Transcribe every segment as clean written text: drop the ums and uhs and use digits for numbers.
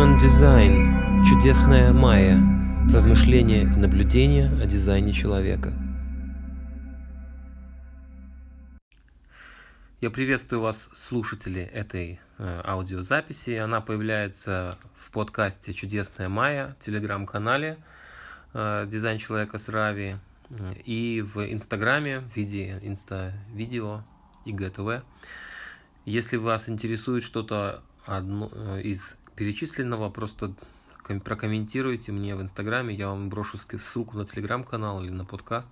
Human Design. Чудесная Майя. Размышления и наблюдения о дизайне человека. Я приветствую вас, слушатели этой аудиозаписи. Она появляется в подкасте «Чудесная Майя», в телеграм-канале «Дизайн человека с Рави» и в Инстаграме в виде инста-видео ИГТВ. Если вас интересует что-то одно из перечисленного, просто прокомментируйте мне в Инстаграме, я вам брошу ссылку на телеграм-канал или на подкаст.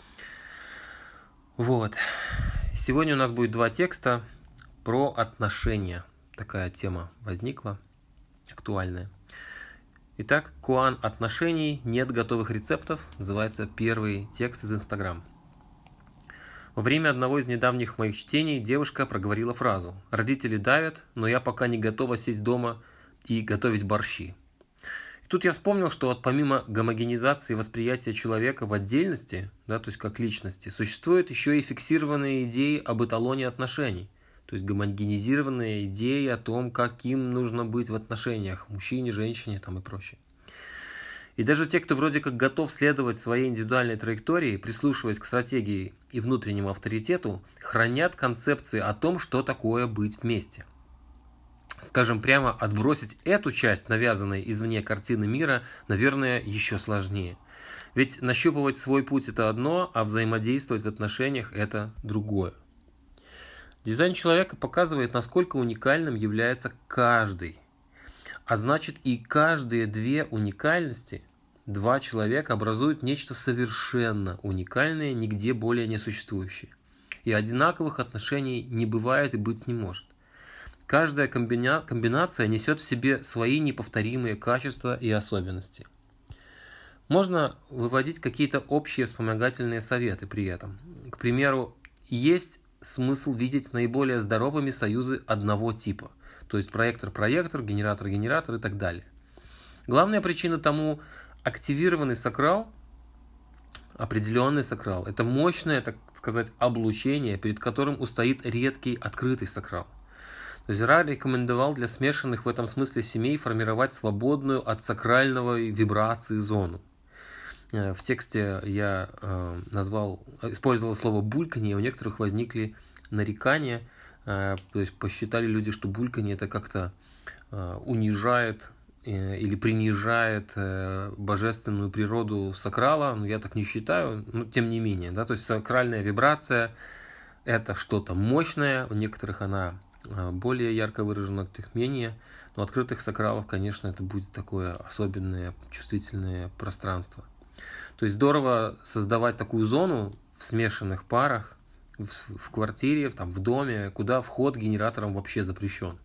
Вот. Сегодня у нас будет два текста про отношения. Такая тема возникла, актуальная. Итак, Куан отношений, нет готовых рецептов, называется первый текст из Инстаграм. Во время одного из недавних моих чтений девушка проговорила фразу: «Родители давят, но я пока не готова сесть дома и готовить борщи». И тут я вспомнил, что помимо гомогенизации восприятия человека в отдельности, то есть как личности, существуют еще и фиксированные идеи об эталоне отношений. То есть гомогенизированные идеи о том, каким нужно быть в отношениях, мужчине, женщине и прочее. И даже те, кто вроде как готов следовать своей индивидуальной траектории, прислушиваясь к стратегии и внутреннему авторитету, хранят концепции о том, что такое быть вместе. Скажем прямо, отбросить эту часть, навязанной извне картины мира, наверное, еще сложнее. Ведь нащупывать свой путь – это одно, а взаимодействовать в отношениях – это другое. Дизайн человека показывает, насколько уникальным является каждый. А значит, и каждые две уникальности, два человека образуют нечто совершенно уникальное, нигде более не существующее. И одинаковых отношений не бывает и быть не может. Каждая комбинация несет в себе свои неповторимые качества и особенности. Можно выводить какие-то общие вспомогательные советы при этом. К примеру, есть смысл видеть наиболее здоровыми союзы одного типа. То есть проектор-проектор, генератор-генератор и так далее. Главная причина тому активированный сакрал, определенный сакрал. Это мощное, так сказать, облучение, перед которым устоит редкий открытый сакрал. То есть Ра рекомендовал для смешанных в этом смысле семей формировать свободную от сакрального вибрации зону. В тексте я использовал слово бульканье, у некоторых возникли нарекания. То есть посчитали люди, что бульканье это как-то унижает или принижает божественную природу сакрала. Но я так не считаю, но тем не менее. То есть сакральная вибрация это что-то мощное, у некоторых она более ярко выражена, у некоторых менее. Но у открытых сакралов, конечно, это будет такое особенное чувствительное пространство. То есть здорово создавать такую зону в смешанных парах, в квартире, в доме, куда вход генератором вообще запрещен.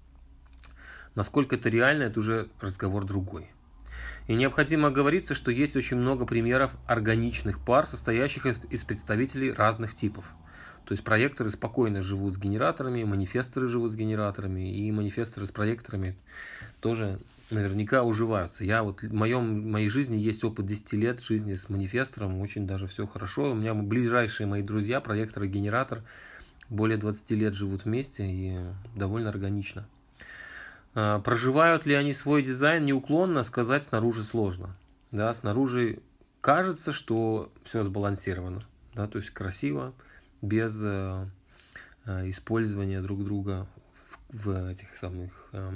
Насколько это реально, это уже разговор другой. И необходимо оговориться, что есть очень много примеров органичных пар, состоящих из представителей разных типов. То есть проекторы спокойно живут с генераторами, манифесторы живут с генераторами, и манифесторы с проекторами тоже наверняка уживаются. В моей жизни есть опыт 10 лет жизни с манифестором, очень даже все хорошо. У меня ближайшие мои друзья, проектор и генератор, более 20 лет живут вместе и довольно органично. Проживают ли они свой дизайн неуклонно, сказать снаружи сложно. Снаружи кажется, что все сбалансировано, то есть красиво, без использования друг друга в этих самых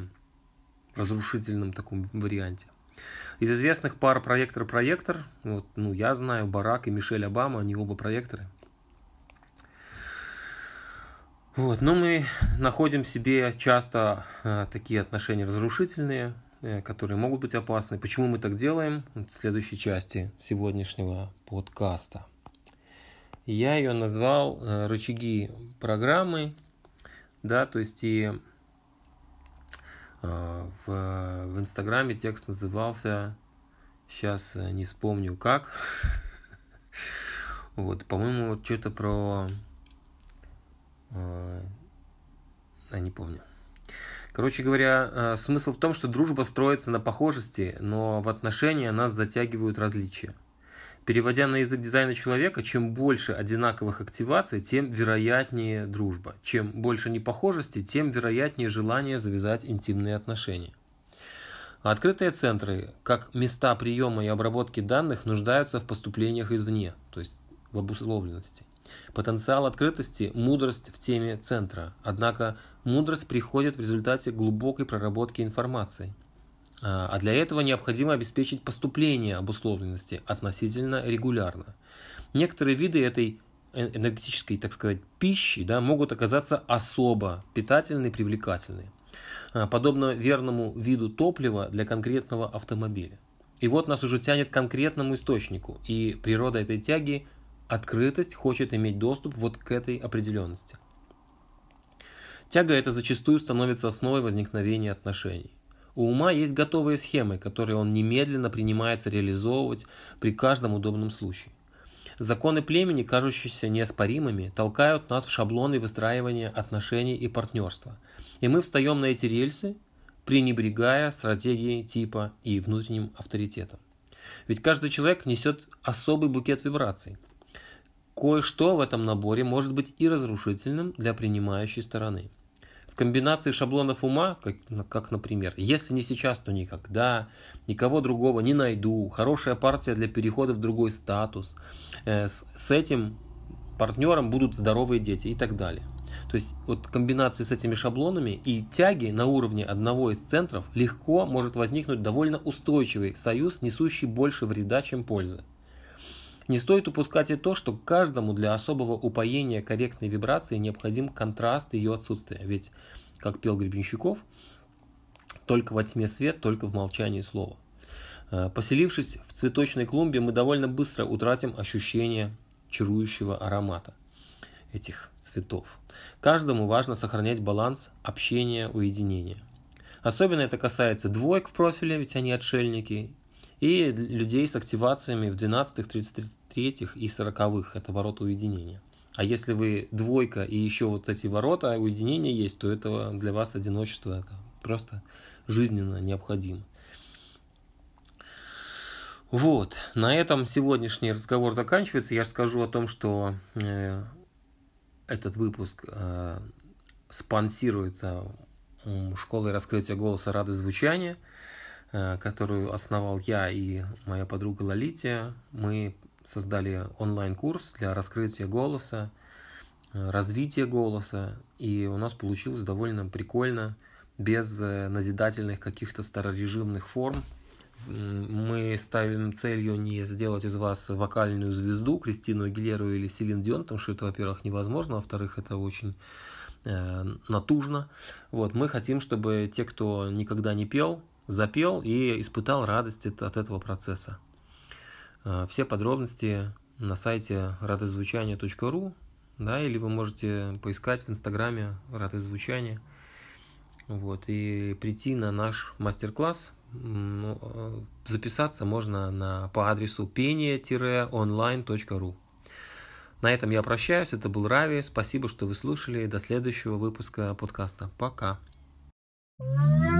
разрушительном таком варианте. Из известных пар проектор-проектор, я знаю Барак и Мишель Обама, они оба проекторы. Но мы находим в себе часто такие отношения разрушительные, которые могут быть опасны. Почему мы так делаем? В следующей части сегодняшнего подкаста. Я ее назвал «Рычаги программы», то есть и в Инстаграме текст назывался, сейчас не вспомню как, по-моему, что-то про, не помню. Короче говоря, смысл в том, что дружба строится на похожести, но в отношения нас затягивают различия. Переводя на язык дизайна человека, чем больше одинаковых активаций, тем вероятнее дружба. Чем больше непохожести, тем вероятнее желание завязать интимные отношения. А открытые центры, как места приема и обработки данных, нуждаются в поступлениях извне, то есть в обусловленности. Потенциал открытости – мудрость в теме центра. Однако мудрость приходит в результате глубокой проработки информации. А для этого необходимо обеспечить поступление обусловленности относительно регулярно. Некоторые виды этой энергетической, так сказать, пищи, могут оказаться особо питательны и привлекательны, подобно верному виду топлива для конкретного автомобиля. И вот нас уже тянет к конкретному источнику, и природа этой тяги – открытость, хочет иметь доступ вот к этой определенности. Тяга эта зачастую становится основой возникновения отношений. У ума есть готовые схемы, которые он немедленно принимается реализовывать при каждом удобном случае. Законы племени, кажущиеся неоспоримыми, толкают нас в шаблоны выстраивания отношений и партнерства. И мы встаем на эти рельсы, пренебрегая стратегией типа и внутренним авторитетом. Ведь каждый человек несет особый букет вибраций. Кое-что в этом наборе может быть и разрушительным для принимающей стороны. В комбинации шаблонов ума, как, например, «если не сейчас, то никогда», «никого другого не найду», «хорошая партия для перехода в другой статус», «с этим партнером будут здоровые дети» и так далее. То есть вот комбинации с этими шаблонами и тяги на уровне одного из центров легко может возникнуть довольно устойчивый союз, несущий больше вреда, чем пользы. Не стоит упускать и то, что каждому для особого упоения корректной вибрации необходим контраст ее отсутствия. Ведь, как пел Гребенщиков, только во тьме свет, только в молчании слово. Поселившись в цветочной клумбе, мы довольно быстро утратим ощущение чарующего аромата этих цветов. Каждому важно сохранять баланс общения, уединения. Особенно это касается двоек в профиле, ведь они отшельники, и людей с активациями в 12-х, 33-х и 40-х, это ворота уединения. А если вы двойка и еще вот эти ворота уединения есть, то это для вас одиночество, это просто жизненно необходимо. Вот, на этом сегодняшний разговор заканчивается. Я скажу о том, что этот выпуск спонсируется школой раскрытия голоса «Радость звучания», которую основал я и моя подруга Лолития. Мы создали онлайн-курс для раскрытия голоса, развития голоса, и у нас получилось довольно прикольно, без назидательных каких-то старорежимных форм. Мы ставим целью не сделать из вас вокальную звезду, Кристину Агилеру или Селин Дион, потому что это, во-первых, невозможно, во-вторых, это очень натужно. Вот, мы хотим, чтобы те, кто никогда не пел, запел и испытал радость от этого процесса. Все подробности на сайте радостзвучания.ру, или вы можете поискать в Инстаграме «Радость звучания», и прийти на наш мастер-класс. Записаться можно по адресу penie-online.ru. На этом я прощаюсь. Это был Рави. Спасибо, что вы слушали. До следующего выпуска подкаста. Пока.